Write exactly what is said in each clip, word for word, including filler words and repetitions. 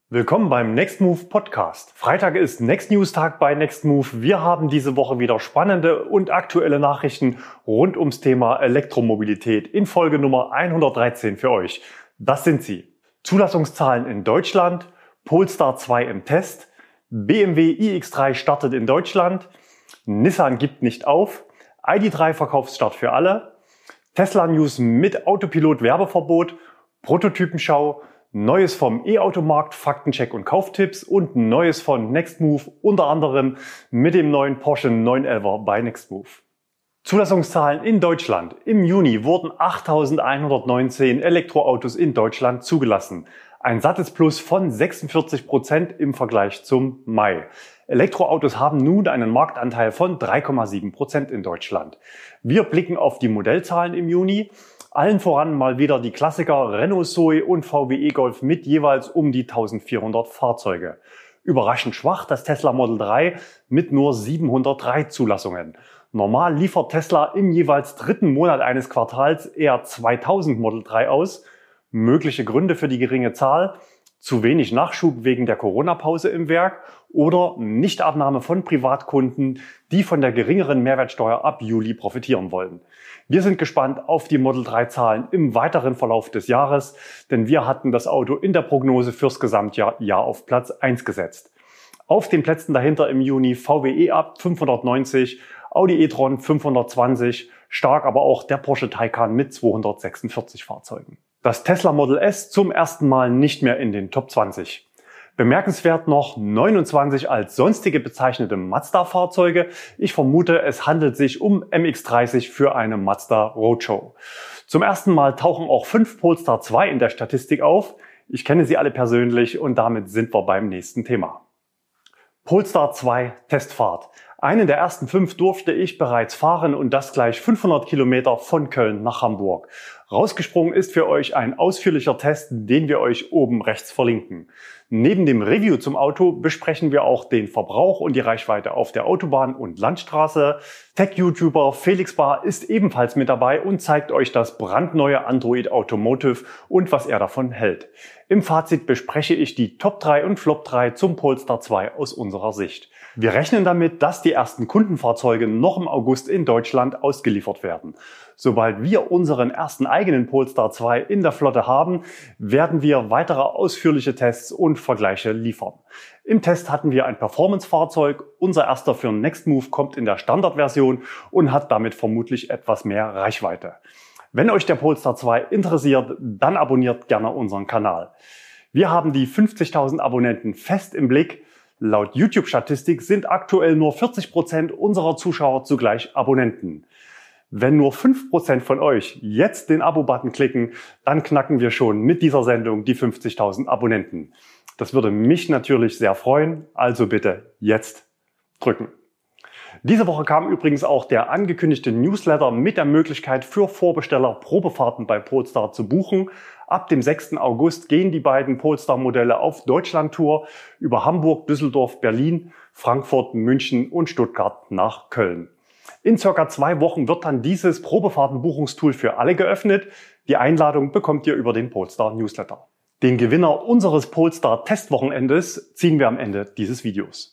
Willkommen beim Nextmove Podcast. Freitag ist Next News Tag bei Nextmove. Wir haben diese Woche wieder spannende und aktuelle Nachrichten rund ums Thema Elektromobilität in Folge Nummer hundertdreizehn für euch. Das sind sie: Zulassungszahlen in Deutschland, Polestar zwei im Test, B M W i X drei startet in Deutschland, Nissan gibt nicht auf, I D drei Verkaufsstart für alle, Tesla News mit Autopilot Werbeverbot, Prototypenschau, Neues vom E-Automarkt, Faktencheck und Kauftipps und Neues von Nextmove, unter anderem mit dem neuen Porsche neun elfer bei Nextmove. Zulassungszahlen in Deutschland. Im Juni wurden achttausendeinhundertneunzehn Elektroautos in Deutschland zugelassen. Ein sattes Plus von sechsundvierzig Prozent im Vergleich zum Mai. Elektroautos haben nun einen Marktanteil von drei Komma sieben Prozent in Deutschland. Wir blicken auf die Modellzahlen im Juni. Allen voran mal wieder die Klassiker Renault Zoe und V W e-Golf mit jeweils um die eintausendvierhundert Fahrzeuge. Überraschend schwach das Tesla Model drei mit nur siebenhundertdrei Zulassungen. Normal liefert Tesla im jeweils dritten Monat eines Quartals eher zweitausend Model drei aus. Mögliche Gründe für die geringe Zahl: zu wenig Nachschub wegen der Corona-Pause im Werk oder Nichtabnahme von Privatkunden, die von der geringeren Mehrwertsteuer ab Juli profitieren wollen. Wir sind gespannt auf die Model drei Zahlen im weiteren Verlauf des Jahres, denn wir hatten das Auto in der Prognose fürs Gesamtjahr Jahr auf Platz eins gesetzt. Auf den Plätzen dahinter im Juni V W e-Up fünfhundertneunzig, Audi e-tron fünfhundertzwanzig, stark aber auch der Porsche Taycan mit zweihundertsechsundvierzig Fahrzeugen. Das Tesla Model S zum ersten Mal nicht mehr in den Top zwanzig. Bemerkenswert noch neunundzwanzig als sonstige bezeichnete Mazda-Fahrzeuge. Ich vermute, es handelt sich um M X dreißig für eine Mazda Roadshow. Zum ersten Mal tauchen auch fünf Polestar zwei in der Statistik auf. Ich kenne sie alle persönlich und damit sind wir beim nächsten Thema. Polestar zwei Testfahrt. Einen der ersten fünf durfte ich bereits fahren und das gleich fünfhundert Kilometer von Köln nach Hamburg. Rausgesprungen ist für euch ein ausführlicher Test, den wir euch oben rechts verlinken. Neben dem Review zum Auto besprechen wir auch den Verbrauch und die Reichweite auf der Autobahn und Landstraße. Tech-YouTuber Felix Bar ist ebenfalls mit dabei und zeigt euch das brandneue Android Automotive und was er davon hält. Im Fazit bespreche ich die Top drei und Flop drei zum Polestar zwei aus unserer Sicht. Wir rechnen damit, dass die ersten Kundenfahrzeuge noch im August in Deutschland ausgeliefert werden. Sobald wir unseren ersten eigenen Polestar zwei in der Flotte haben, werden wir weitere ausführliche Tests und Vergleiche liefern. Im Test hatten wir ein Performance-Fahrzeug. Unser erster für Nextmove kommt in der Standardversion und hat damit vermutlich etwas mehr Reichweite. Wenn euch der Polestar zwei interessiert, dann abonniert gerne unseren Kanal. Wir haben die fünfzigtausend Abonnenten fest im Blick. Laut YouTube-Statistik sind aktuell nur vierzig Prozent unserer Zuschauer zugleich Abonnenten. Wenn nur fünf Prozent von euch jetzt den Abo-Button klicken, dann knacken wir schon mit dieser Sendung die fünfzigtausend Abonnenten. Das würde mich natürlich sehr freuen, also bitte jetzt drücken. Diese Woche kam übrigens auch der angekündigte Newsletter mit der Möglichkeit für Vorbesteller Probefahrten bei Polestar zu buchen. Ab dem sechsten August gehen die beiden Polestar-Modelle auf Deutschlandtour über Hamburg, Düsseldorf, Berlin, Frankfurt, München und Stuttgart nach Köln. In circa zwei Wochen wird dann dieses Probefahrtenbuchungstool für alle geöffnet. Die Einladung bekommt ihr über den Polestar Newsletter. Den Gewinner unseres Polestar Testwochenendes ziehen wir am Ende dieses Videos.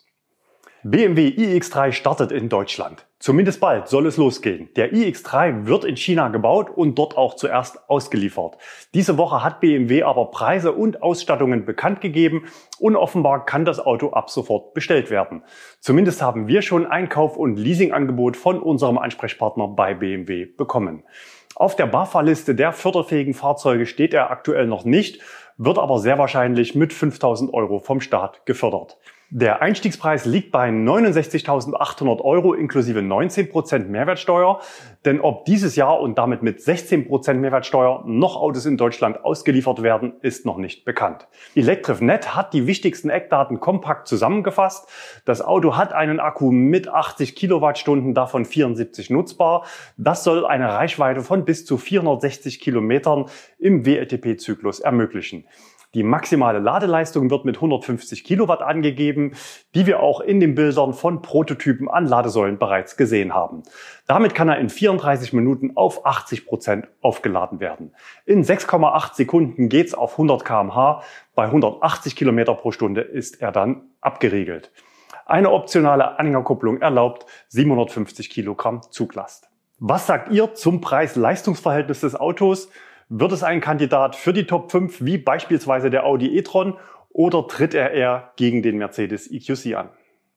B M W i X drei startet in Deutschland. Zumindest bald soll es losgehen. Der i X drei wird in China gebaut und dort auch zuerst ausgeliefert. Diese Woche hat B M W aber Preise und Ausstattungen bekannt gegeben und offenbar kann das Auto ab sofort bestellt werden. Zumindest haben wir schon ein Kauf- und Leasingangebot von unserem Ansprechpartner bei B M W bekommen. Auf der BAFA-Liste der förderfähigen Fahrzeuge steht er aktuell noch nicht, wird aber sehr wahrscheinlich mit fünftausend Euro vom Staat gefördert. Der Einstiegspreis liegt bei neunundsechzigtausendachthundert Euro inklusive neunzehn Prozent Mehrwertsteuer. Denn ob dieses Jahr und damit mit sechzehn Prozent Mehrwertsteuer noch Autos in Deutschland ausgeliefert werden, ist noch nicht bekannt. Electriv Punkt net hat die wichtigsten Eckdaten kompakt zusammengefasst. Das Auto hat einen Akku mit achtzig Kilowattstunden, davon vierundsiebzig nutzbar. Das soll eine Reichweite von bis zu vierhundertsechzig Kilometern im W L T P-Zyklus ermöglichen. Die maximale Ladeleistung wird mit hundertfünfzig Kilowatt angegeben, die wir auch in den Bildern von Prototypen an Ladesäulen bereits gesehen haben. Damit kann er in vierunddreißig Minuten auf achtzig Prozent aufgeladen werden. In sechs Komma acht Sekunden geht's auf hundert Kilometer pro Stunde. Bei hundertachtzig Kilometer pro Stunde ist er dann abgeriegelt. Eine optionale Anhängerkupplung erlaubt siebenhundertfünfzig Kilogramm Zuglast. Was sagt ihr zum Preis-Leistungs-Verhältnis des Autos? Wird es ein Kandidat für die Top fünf wie beispielsweise der Audi e-tron oder tritt er eher gegen den Mercedes E Q C an?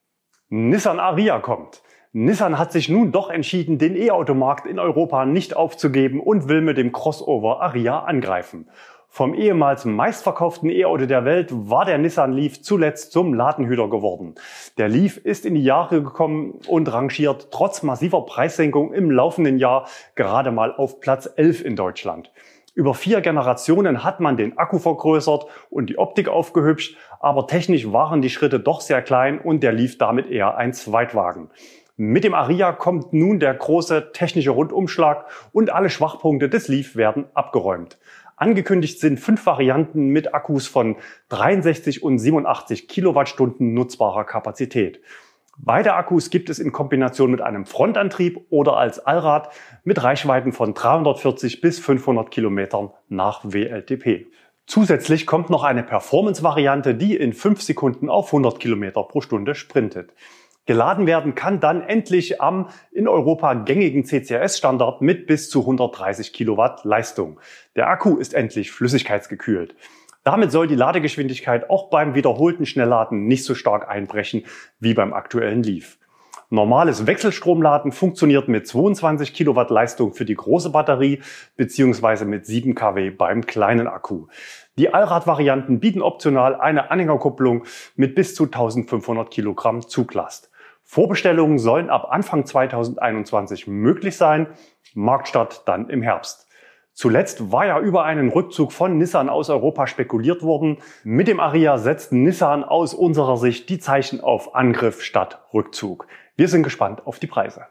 Nissan Ariya kommt. Nissan hat sich nun doch entschieden, den E-Automarkt in Europa nicht aufzugeben und will mit dem Crossover Ariya angreifen. Vom ehemals meistverkauften E-Auto der Welt war der Nissan Leaf zuletzt zum Ladenhüter geworden. Der Leaf ist in die Jahre gekommen und rangiert trotz massiver Preissenkung im laufenden Jahr gerade mal auf Platz elf in Deutschland. Über vier Generationen hat man den Akku vergrößert und die Optik aufgehübscht, aber technisch waren die Schritte doch sehr klein und der Leaf damit eher ein Zweitwagen. Mit dem Ariya kommt nun der große technische Rundumschlag und alle Schwachpunkte des Leaf werden abgeräumt. Angekündigt sind fünf Varianten mit Akkus von dreiundsechzig und siebenundachtzig Kilowattstunden nutzbarer Kapazität. Beide Akkus gibt es in Kombination mit einem Frontantrieb oder als Allrad mit Reichweiten von dreihundertvierzig bis fünfhundert Kilometern nach W L T P. Zusätzlich kommt noch eine Performance-Variante, die in fünf Sekunden auf hundert Kilometer pro Stunde sprintet. Geladen werden kann dann endlich am in Europa gängigen C C S-Standard mit bis zu hundertdreißig Kilowatt Leistung. Der Akku ist endlich flüssigkeitsgekühlt. Damit soll die Ladegeschwindigkeit auch beim wiederholten Schnellladen nicht so stark einbrechen wie beim aktuellen Leaf. Normales Wechselstromladen funktioniert mit zweiundzwanzig Kilowatt Leistung für die große Batterie bzw. mit sieben Kilowatt beim kleinen Akku. Die Allradvarianten bieten optional eine Anhängerkupplung mit bis zu eintausendfünfhundert Kilogramm Zuglast. Vorbestellungen sollen ab Anfang zweitausendeinundzwanzig möglich sein, Marktstart dann im Herbst. Zuletzt war ja über einen Rückzug von Nissan aus Europa spekuliert worden. Mit dem Ariya setzt Nissan aus unserer Sicht die Zeichen auf Angriff statt Rückzug. Wir sind gespannt auf die Preise.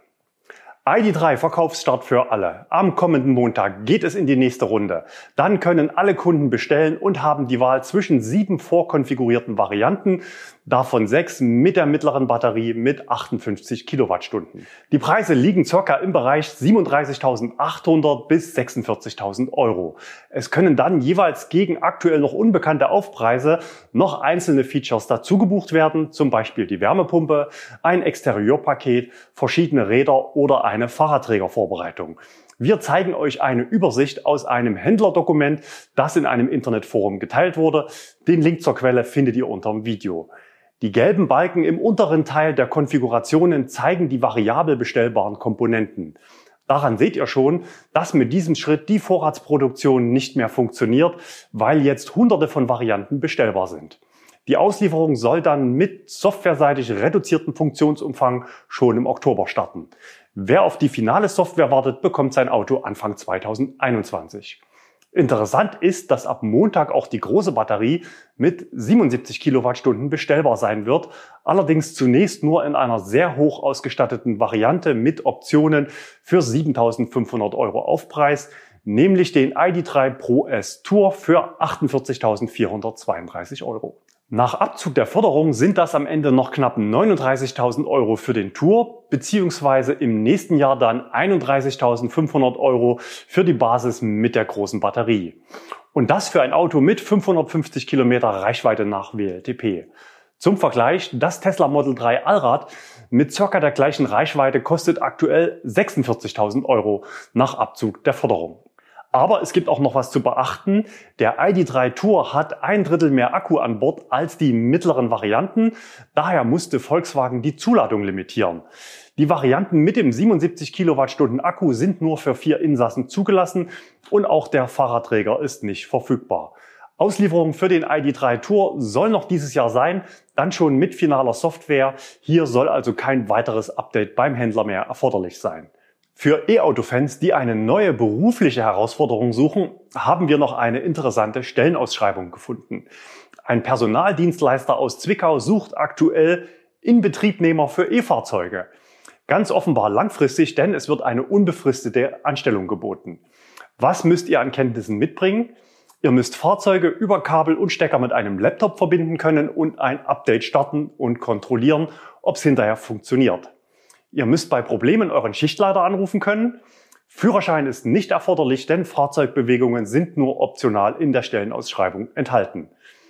I D drei Verkaufsstart für alle. Am kommenden Montag geht es in die nächste Runde. Dann können alle Kunden bestellen und haben die Wahl zwischen sieben vorkonfigurierten Varianten, davon sechs mit der mittleren Batterie mit achtundfünfzig Kilowattstunden. Die Preise liegen circa im Bereich siebenunddreißigtausendachthundert bis sechsundvierzigtausend Euro. Es können dann jeweils gegen aktuell noch unbekannte Aufpreise noch einzelne Features dazu gebucht werden, zum Beispiel die Wärmepumpe, ein Exterieurpaket, verschiedene Räder oder eine Fahrradträgervorbereitung. Wir zeigen euch eine Übersicht aus einem Händlerdokument, das in einem Internetforum geteilt wurde. Den Link zur Quelle findet ihr unter dem Video. Die gelben Balken im unteren Teil der Konfigurationen zeigen die variabel bestellbaren Komponenten. Daran seht ihr schon, dass mit diesem Schritt die Vorratsproduktion nicht mehr funktioniert, weil jetzt hunderte von Varianten bestellbar sind. Die Auslieferung soll dann mit softwareseitig reduziertem Funktionsumfang schon im Oktober starten. Wer auf die finale Software wartet, bekommt sein Auto Anfang zweitausendeinundzwanzig. Interessant ist, dass ab Montag auch die große Batterie mit siebenundsiebzig Kilowattstunden bestellbar sein wird, allerdings zunächst nur in einer sehr hoch ausgestatteten Variante mit Optionen für siebentausendfünfhundert Euro Aufpreis, nämlich den I D drei Pro S Tour für achtundvierzigtausendvierhundertzweiunddreißig Euro. Nach Abzug der Förderung sind das am Ende noch knapp neununddreißigtausend Euro für den Tour, beziehungsweise im nächsten Jahr dann einunddreißigtausendfünfhundert Euro für die Basis mit der großen Batterie. Und das für ein Auto mit fünfhundertfünfzig Kilometer Reichweite nach W L T P. Zum Vergleich, das Tesla Model drei Allrad mit circa der gleichen Reichweite kostet aktuell sechsundvierzigtausend Euro nach Abzug der Förderung. Aber es gibt auch noch was zu beachten. Der I D drei Tour hat ein Drittel mehr Akku an Bord als die mittleren Varianten. Daher musste Volkswagen die Zuladung limitieren. Die Varianten mit dem siebenundsiebzig Kilowattstunden Akku sind nur für vier Insassen zugelassen und auch der Fahrradträger ist nicht verfügbar. Auslieferung für den I D drei Tour soll noch dieses Jahr sein, dann schon mit finaler Software. Hier soll also kein weiteres Update beim Händler mehr erforderlich sein. Für E-Auto-Fans, die eine neue berufliche Herausforderung suchen, haben wir noch eine interessante Stellenausschreibung gefunden. Ein Personaldienstleister aus Zwickau sucht aktuell Inbetriebnehmer für E-Fahrzeuge. Ganz offenbar langfristig, denn es wird eine unbefristete Anstellung geboten. Was müsst ihr an Kenntnissen mitbringen? Ihr müsst Fahrzeuge über Kabel und Stecker mit einem Laptop verbinden können und ein Update starten und kontrollieren, ob es hinterher funktioniert. Ihr müsst bei Problemen euren Schichtleiter anrufen können. Führerschein ist nicht erforderlich, denn Fahrzeugbewegungen sind nur optional in der Stellenausschreibung enthalten.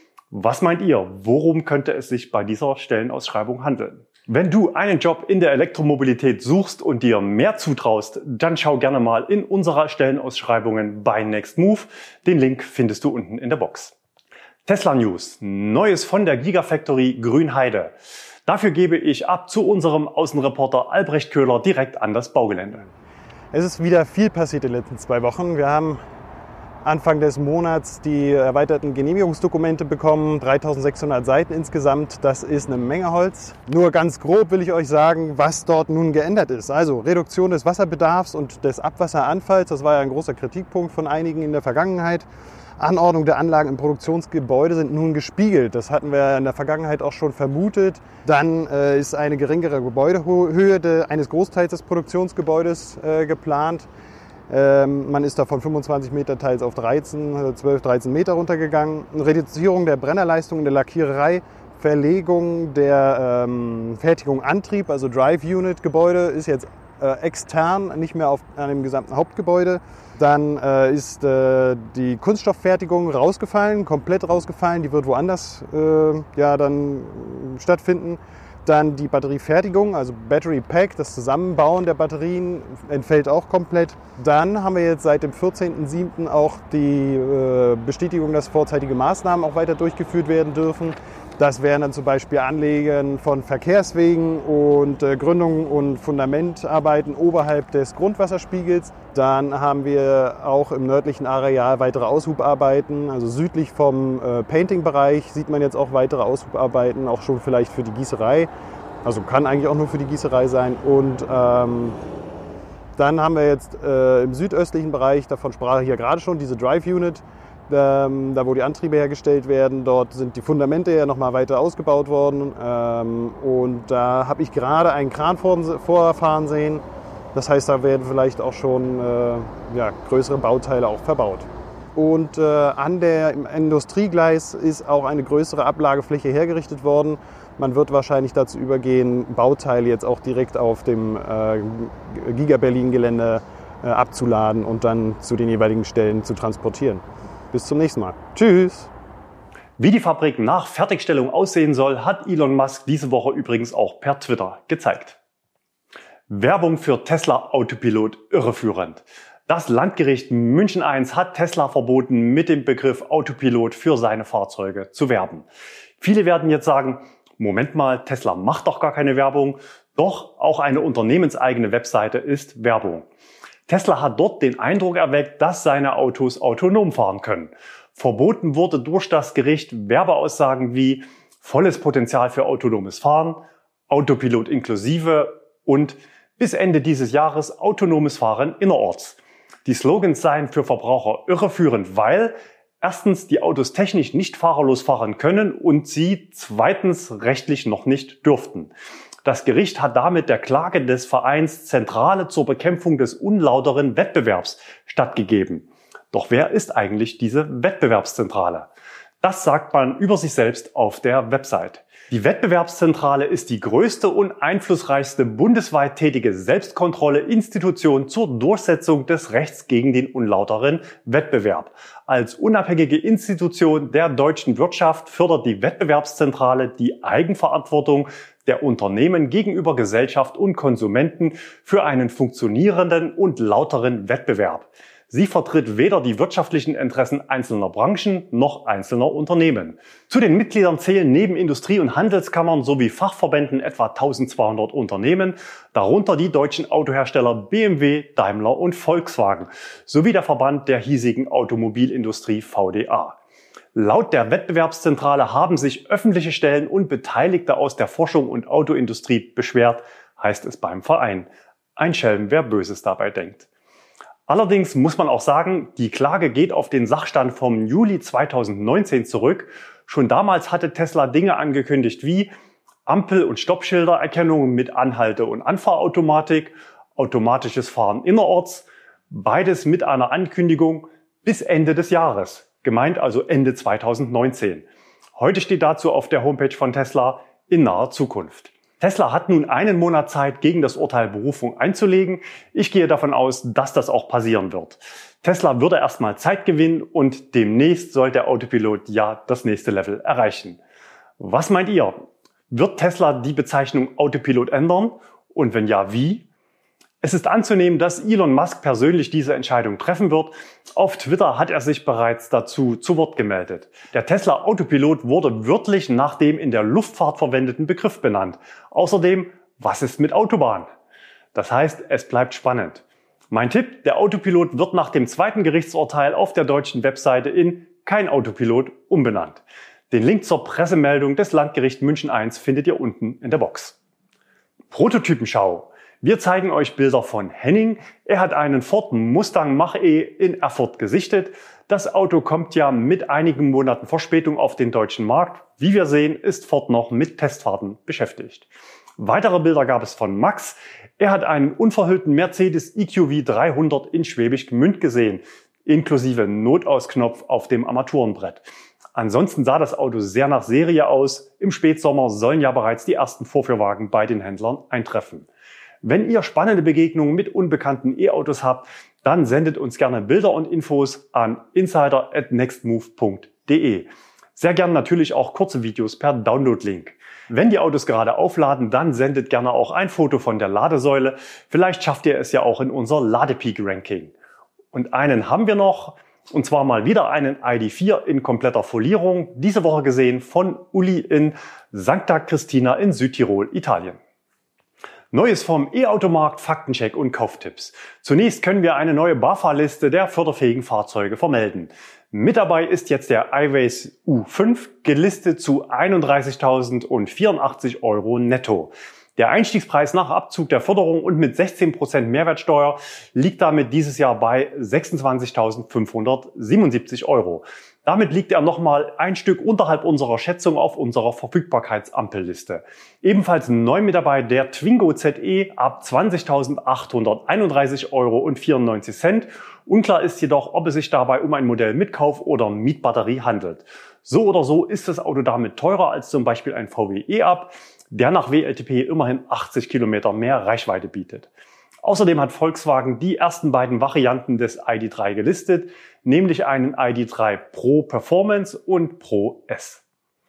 Was meint ihr, worum könnte es sich bei dieser Stellenausschreibung handeln? Wenn du einen Job in der Elektromobilität suchst und dir mehr zutraust, dann schau gerne mal in unserer Stellenausschreibungen bei Nextmove. Den Link findest du unten in der Box. Tesla News. Neues von der Gigafactory Grünheide. Dafür gebe ich ab zu unserem Außenreporter Albrecht Köhler direkt an das Baugelände. Es ist wieder viel passiert in den letzten zwei Wochen. Wir haben Anfang des Monats die erweiterten Genehmigungsdokumente bekommen, dreitausendsechshundert Seiten insgesamt. Das ist eine Menge Holz. Nur ganz grob will ich euch sagen, was dort nun geändert ist. Also Reduktion des Wasserbedarfs und des Abwasseranfalls, das war ja ein großer Kritikpunkt von einigen in der Vergangenheit. Anordnung der Anlagen im Produktionsgebäude sind nun gespiegelt. Das hatten wir in der Vergangenheit auch schon vermutet. Dann äh, ist eine geringere Gebäudehöhe de, eines Großteils des Produktionsgebäudes äh, geplant. Ähm, man ist da von fünfundzwanzig Meter teils auf dreizehn, zwölf, dreizehn Meter runtergegangen. Eine Reduzierung der Brennerleistung in der Lackiererei, Verlegung der ähm, Fertigung Antrieb, also Drive Unit Gebäude ist jetzt äh, extern, nicht mehr auf einem gesamten Hauptgebäude. Dann äh, ist äh, die Kunststofffertigung rausgefallen, komplett rausgefallen. Die wird woanders äh, ja, dann stattfinden. Dann die Batteriefertigung, also Battery Pack, das Zusammenbauen der Batterien entfällt auch komplett. Dann haben wir jetzt seit dem vierzehnten siebten auch die äh, Bestätigung, dass vorzeitige Maßnahmen auch weiter durchgeführt werden dürfen. Das wären dann zum Beispiel Anlegen von Verkehrswegen und äh, Gründung und Fundamentarbeiten oberhalb des Grundwasserspiegels. Dann haben wir auch im nördlichen Areal weitere Aushubarbeiten, also südlich vom äh, Painting-Bereich sieht man jetzt auch weitere Aushubarbeiten, auch schon vielleicht für die Gießerei. Also kann eigentlich auch nur für die Gießerei sein. Und ähm, dann haben wir jetzt äh, im südöstlichen Bereich, davon sprach ich ja gerade schon, diese Drive Unit. Ähm, da wo die Antriebe hergestellt werden, dort sind die Fundamente ja nochmal weiter ausgebaut worden ähm, und da habe ich gerade einen Kran vor, vorfahren sehen. Das heißt, da werden vielleicht auch schon äh, ja, größere Bauteile auch verbaut. Und äh, an der im Industriegleis ist auch eine größere Ablagefläche hergerichtet worden. Man wird wahrscheinlich dazu übergehen, Bauteile jetzt auch direkt auf dem äh, Giga Berlin-Gelände äh, abzuladen und dann zu den jeweiligen Stellen zu transportieren. Bis zum nächsten Mal. Tschüss! Wie die Fabrik nach Fertigstellung aussehen soll, hat Elon Musk diese Woche übrigens auch per Twitter gezeigt. Werbung für Tesla Autopilot irreführend. Das Landgericht München eins hat Tesla verboten, mit dem Begriff Autopilot für seine Fahrzeuge zu werben. Viele werden jetzt sagen, Moment mal, Tesla macht doch gar keine Werbung. Doch auch eine unternehmenseigene Webseite ist Werbung. Tesla hat dort den Eindruck erweckt, dass seine Autos autonom fahren können. Verboten wurde durch das Gericht Werbeaussagen wie volles Potenzial für autonomes Fahren, Autopilot inklusive und bis Ende dieses Jahres autonomes Fahren innerorts. Die Slogans seien für Verbraucher irreführend, weil erstens die Autos technisch nicht fahrerlos fahren können und sie zweitens rechtlich noch nicht dürften. Das Gericht hat damit der Klage des Vereins Zentrale zur Bekämpfung des unlauteren Wettbewerbs stattgegeben. Doch wer ist eigentlich diese Wettbewerbszentrale? Das sagt man über sich selbst auf der Website. Die Wettbewerbszentrale ist die größte und einflussreichste bundesweit tätige Selbstkontrolle-Institution zur Durchsetzung des Rechts gegen den unlauteren Wettbewerb. Als unabhängige Institution der deutschen Wirtschaft fördert die Wettbewerbszentrale die Eigenverantwortung der Unternehmen gegenüber Gesellschaft und Konsumenten für einen funktionierenden und lauteren Wettbewerb. Sie vertritt weder die wirtschaftlichen Interessen einzelner Branchen noch einzelner Unternehmen. Zu den Mitgliedern zählen neben Industrie- und Handelskammern sowie Fachverbänden etwa eintausendzweihundert Unternehmen, darunter die deutschen Autohersteller B M W, Daimler und Volkswagen, sowie der Verband der hiesigen Automobilindustrie V D A. Laut der Wettbewerbszentrale haben sich öffentliche Stellen und Beteiligte aus der Forschung und Autoindustrie beschwert, heißt es beim Verein. Ein Schelm, wer Böses dabei denkt. Allerdings muss man auch sagen, die Klage geht auf den Sachstand vom Juli zweitausendneunzehn zurück. Schon damals hatte Tesla Dinge angekündigt wie Ampel- und Stoppschildererkennung mit Anhalte- und Anfahrautomatik, automatisches Fahren innerorts, beides mit einer Ankündigung bis Ende des Jahres. gemeint also Ende zweitausendneunzehn. Heute steht dazu auf der Homepage von Tesla in naher Zukunft. Tesla hat nun einen Monat Zeit, gegen das Urteil Berufung einzulegen. Ich gehe davon aus, dass das auch passieren wird. Tesla würde erstmal Zeit gewinnen und demnächst soll der Autopilot ja das nächste Level erreichen. Was meint ihr? Wird Tesla die Bezeichnung Autopilot ändern? Und wenn ja, wie? Es ist anzunehmen, dass Elon Musk persönlich diese Entscheidung treffen wird. Auf Twitter hat er sich bereits dazu zu Wort gemeldet. Der Tesla Autopilot wurde wörtlich nach dem in der Luftfahrt verwendeten Begriff benannt. Außerdem, was ist mit Autobahn? Das heißt, es bleibt spannend. Mein Tipp, der Autopilot wird nach dem zweiten Gerichtsurteil auf der deutschen Webseite in Kein Autopilot umbenannt. Den Link zur Pressemeldung des Landgericht München eins findet ihr unten in der Box. Prototypenschau. Wir zeigen euch Bilder von Henning. Er hat einen Ford Mustang Mach-E in Erfurt gesichtet. Das Auto kommt ja mit einigen Monaten Verspätung auf den deutschen Markt. Wie wir sehen, ist Ford noch mit Testfahrten beschäftigt. Weitere Bilder gab es von Max. Er hat einen unverhüllten Mercedes E Q V dreihundert in Schwäbisch Gmünd gesehen, inklusive Notausknopf auf dem Armaturenbrett. Ansonsten sah das Auto sehr nach Serie aus. Im Spätsommer sollen ja bereits die ersten Vorführwagen bei den Händlern eintreffen. Wenn ihr spannende Begegnungen mit unbekannten E-Autos habt, dann sendet uns gerne Bilder und Infos an insider at nextmove punkt de. Sehr gern natürlich auch kurze Videos per Download-Link. Wenn die Autos gerade aufladen, dann sendet gerne auch ein Foto von der Ladesäule. Vielleicht schafft ihr es ja auch in unser Ladepeak-Ranking. Und einen haben wir noch, und zwar mal wieder einen I D vier in kompletter Folierung, diese Woche gesehen von Uli in Sancta Cristina in Südtirol, Italien. Neues vom E-Automarkt, Faktencheck und Kauftipps. Zunächst können wir eine neue BAFA-Liste der förderfähigen Fahrzeuge vermelden. Mit dabei ist jetzt der iWays U fünf, gelistet zu einunddreißigtausendvierundachtzig Euro netto. Der Einstiegspreis nach Abzug der Förderung und mit sechzehn Prozent Mehrwertsteuer liegt damit dieses Jahr bei sechsundzwanzigtausendfünfhundertsiebenundsiebzig Euro. Damit liegt er nochmal ein Stück unterhalb unserer Schätzung auf unserer Verfügbarkeitsampelliste. Ebenfalls neu mit dabei der Twingo Z E ab zwanzigtausendachthunderteinunddreißig Euro vierundneunzig. Unklar ist jedoch, ob es sich dabei um ein Modell mit Kauf- oder Mietbatterie handelt. So oder so ist das Auto damit teurer als zum Beispiel ein V W E-Up, der nach W L T P immerhin achtzig Kilometer mehr Reichweite bietet. Außerdem hat Volkswagen die ersten beiden Varianten des I D drei gelistet, nämlich einen I D drei Pro Performance und Pro S.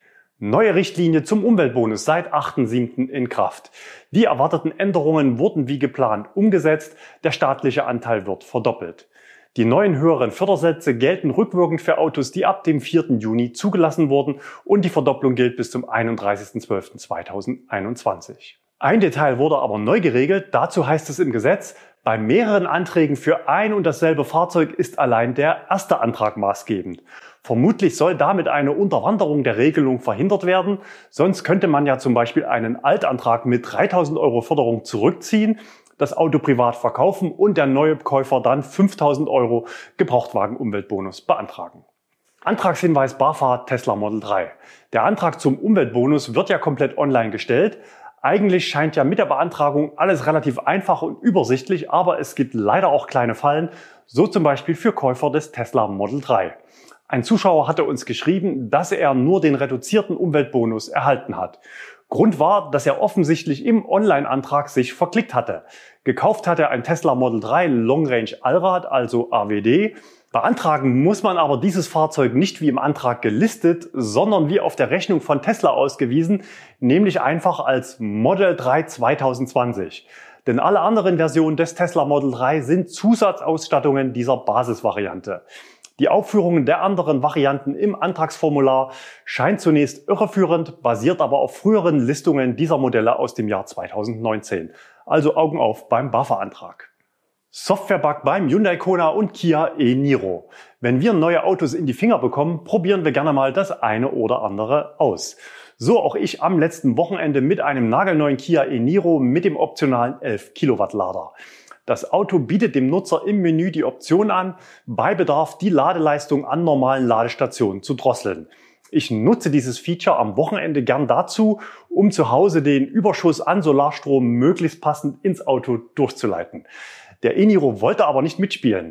Neue Richtlinie zum Umweltbonus seit achten siebten in Kraft. Die erwarteten Änderungen wurden wie geplant umgesetzt, der staatliche Anteil wird verdoppelt. Die neuen höheren Fördersätze gelten rückwirkend für Autos, die ab dem vierten Juni zugelassen wurden, und die Verdopplung gilt bis zum einunddreißigsten zwölften zweitausendeinundzwanzig. Ein Detail wurde aber neu geregelt. Dazu heißt es im Gesetz, bei mehreren Anträgen für ein und dasselbe Fahrzeug ist allein der erste Antrag maßgebend. Vermutlich soll damit eine Unterwanderung der Regelung verhindert werden. Sonst könnte man ja zum Beispiel einen Altantrag mit dreitausend Euro Förderung zurückziehen, das Auto privat verkaufen und der neue Käufer dann fünftausend Euro Gebrauchtwagen-Umweltbonus beantragen. Antragshinweis BAFA Tesla Model drei. Der Antrag zum Umweltbonus wird ja komplett online gestellt. Eigentlich scheint ja mit der Beantragung alles relativ einfach und übersichtlich, aber es gibt leider auch kleine Fallen, so zum Beispiel für Käufer des Tesla Model drei. Ein Zuschauer hatte uns geschrieben, dass er nur den reduzierten Umweltbonus erhalten hat. Grund war, dass er offensichtlich im Online-Antrag sich verklickt hatte. Gekauft hat er ein Tesla Model drei Long Range Allrad, also A W D. Beantragen muss man aber dieses Fahrzeug nicht wie im Antrag gelistet, sondern wie auf der Rechnung von Tesla ausgewiesen, nämlich einfach als Model drei zweitausendzwanzig. Denn alle anderen Versionen des Tesla Model drei sind Zusatzausstattungen dieser Basisvariante. Die Aufführung der anderen Varianten im Antragsformular scheint zunächst irreführend, basiert aber auf früheren Listungen dieser Modelle aus dem Jahr zweitausendneunzehn. Also Augen auf beim BAFA-Antrag. Softwarebug beim Hyundai Kona und Kia e-Niro. Wenn wir neue Autos in die Finger bekommen, probieren wir gerne mal das eine oder andere aus. So auch ich am letzten Wochenende mit einem nagelneuen Kia e-Niro mit dem optionalen elf Kilowatt Lader. Das Auto bietet dem Nutzer im Menü die Option an, bei Bedarf die Ladeleistung an normalen Ladestationen zu drosseln. Ich nutze dieses Feature am Wochenende gern dazu, um zu Hause den Überschuss an Solarstrom möglichst passend ins Auto durchzuleiten. Der e-Niro wollte aber nicht mitspielen.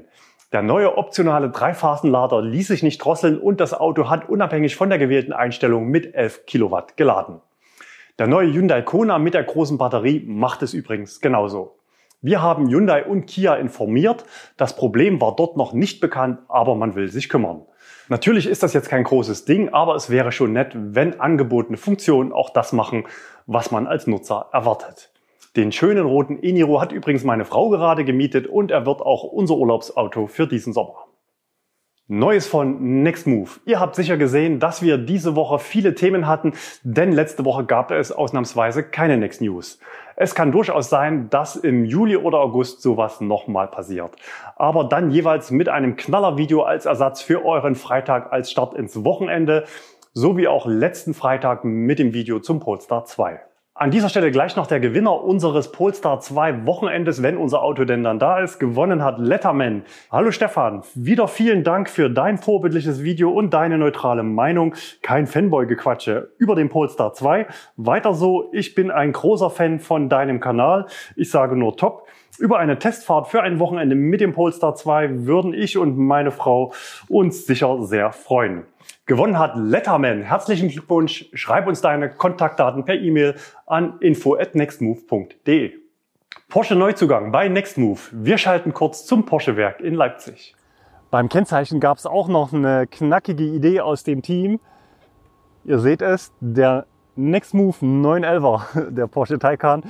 Der neue optionale Dreiphasenlader ließ sich nicht drosseln und das Auto hat unabhängig von der gewählten Einstellung mit elf Kilowatt geladen. Der neue Hyundai Kona mit der großen Batterie macht es übrigens genauso. Wir haben Hyundai und Kia informiert. Das Problem war dort noch nicht bekannt, aber man will sich kümmern. Natürlich ist das jetzt kein großes Ding, aber es wäre schon nett, wenn angebotene Funktionen auch das machen, was man als Nutzer erwartet. Den schönen roten e-Niro hat übrigens meine Frau gerade gemietet und er wird auch unser Urlaubsauto für diesen Sommer. Neues von Nextmove. Ihr habt sicher gesehen, dass wir diese Woche viele Themen hatten, denn letzte Woche gab es ausnahmsweise keine Next News. Es kann durchaus sein, dass im Juli oder August sowas nochmal passiert. Aber dann jeweils mit einem Knallervideo als Ersatz für euren Freitag als Start ins Wochenende, sowie auch letzten Freitag mit dem Video zum Polestar zwei. An dieser Stelle gleich noch der Gewinner unseres Polestar zwei Wochenendes, wenn unser Auto denn dann da ist. Gewonnen hat Letterman. Hallo Stefan, wieder vielen Dank für dein vorbildliches Video und deine neutrale Meinung. Kein Fanboy-Gequatsche über den Polestar zwei. Weiter so, ich bin ein großer Fan von deinem Kanal. Ich sage nur top. Über eine Testfahrt für ein Wochenende mit dem Polestar zwei würden ich und meine Frau uns sicher sehr freuen. Gewonnen hat Letterman. Herzlichen Glückwunsch. Schreib uns deine Kontaktdaten per E-Mail an info at nextmove punkt de. Porsche Neuzugang bei Nextmove. Wir schalten kurz zum Porsche-Werk in Leipzig. Beim Kennzeichen gab es auch noch eine knackige Idee aus dem Team. Ihr seht es, der Nextmove neun elfer, der Porsche Taycan,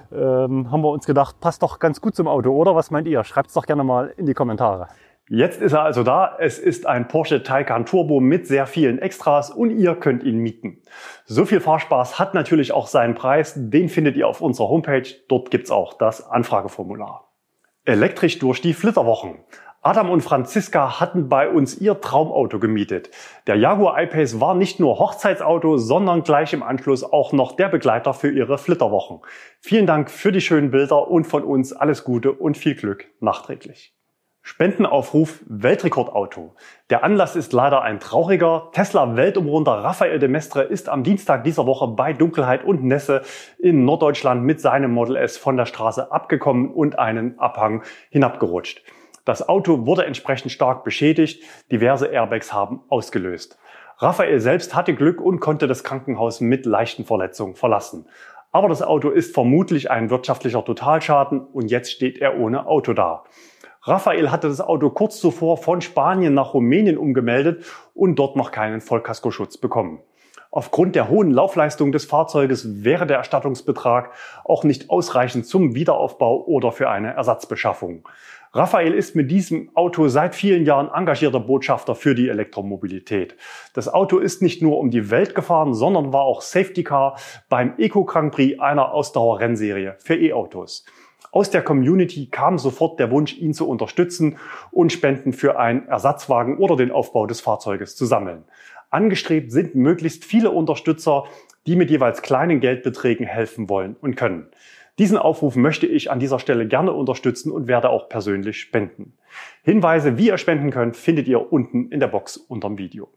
ähm, haben wir uns gedacht, passt doch ganz gut zum Auto, oder? Was meint ihr? Schreibt es doch gerne mal in die Kommentare. Jetzt ist er also da. Es ist ein Porsche Taycan Turbo mit sehr vielen Extras und ihr könnt ihn mieten. So viel Fahrspaß hat natürlich auch seinen Preis. Den findet ihr auf unserer Homepage. Dort gibt's auch das Anfrageformular. Elektrisch durch die Flitterwochen. Adam und Franziska hatten bei uns ihr Traumauto gemietet. Der Jaguar I-Pace war nicht nur Hochzeitsauto, sondern gleich im Anschluss auch noch der Begleiter für ihre Flitterwochen. Vielen Dank für die schönen Bilder und von uns alles Gute und viel Glück nachträglich. Spendenaufruf Weltrekordauto. Der Anlass ist leider ein trauriger. Tesla-Weltumrunder Rafael de Mestre ist am Dienstag dieser Woche bei Dunkelheit und Nässe in Norddeutschland mit seinem Model S von der Straße abgekommen und einen Abhang hinabgerutscht. Das Auto wurde entsprechend stark beschädigt. Diverse Airbags haben ausgelöst. Rafael selbst hatte Glück und konnte das Krankenhaus mit leichten Verletzungen verlassen. Aber das Auto ist vermutlich ein wirtschaftlicher Totalschaden und jetzt steht er ohne Auto da. Rafael hatte das Auto kurz zuvor von Spanien nach Rumänien umgemeldet und dort noch keinen Vollkaskoschutz bekommen. Aufgrund der hohen Laufleistung des Fahrzeuges wäre der Erstattungsbetrag auch nicht ausreichend zum Wiederaufbau oder für eine Ersatzbeschaffung. Rafael ist mit diesem Auto seit vielen Jahren engagierter Botschafter für die Elektromobilität. Das Auto ist nicht nur um die Welt gefahren, sondern war auch Safety Car beim Eco Grand Prix, einer Ausdauer-Rennserie für E-Autos. Aus der Community kam sofort der Wunsch, ihn zu unterstützen und Spenden für einen Ersatzwagen oder den Aufbau des Fahrzeuges zu sammeln. Angestrebt sind möglichst viele Unterstützer, die mit jeweils kleinen Geldbeträgen helfen wollen und können. Diesen Aufruf möchte ich an dieser Stelle gerne unterstützen und werde auch persönlich spenden. Hinweise, wie ihr spenden könnt, findet ihr unten in der Box unterm Video.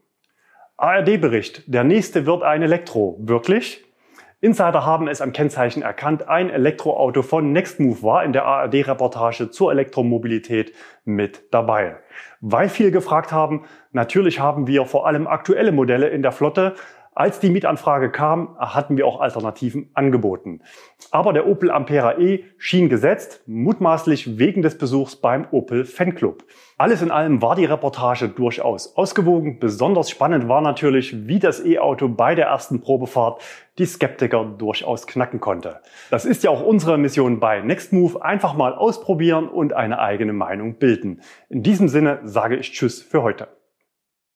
A R D-Bericht. Der nächste wird ein Elektro. Wirklich? Insider haben es am Kennzeichen erkannt. Ein Elektroauto von Nextmove war in der A R D-Reportage zur Elektromobilität mit dabei. Weil viele gefragt haben, natürlich haben wir vor allem aktuelle Modelle in der Flotte. Als die Mietanfrage kam, hatten wir auch Alternativen angeboten. Aber der Opel Ampera E schien gesetzt, mutmaßlich wegen des Besuchs beim Opel Fanclub. Alles in allem war die Reportage durchaus ausgewogen. Besonders spannend war natürlich, wie das E-Auto bei der ersten Probefahrt die Skeptiker durchaus knacken konnte. Das ist ja auch unsere Mission bei Nextmove. Einfach mal ausprobieren und eine eigene Meinung bilden. In diesem Sinne sage ich Tschüss für heute.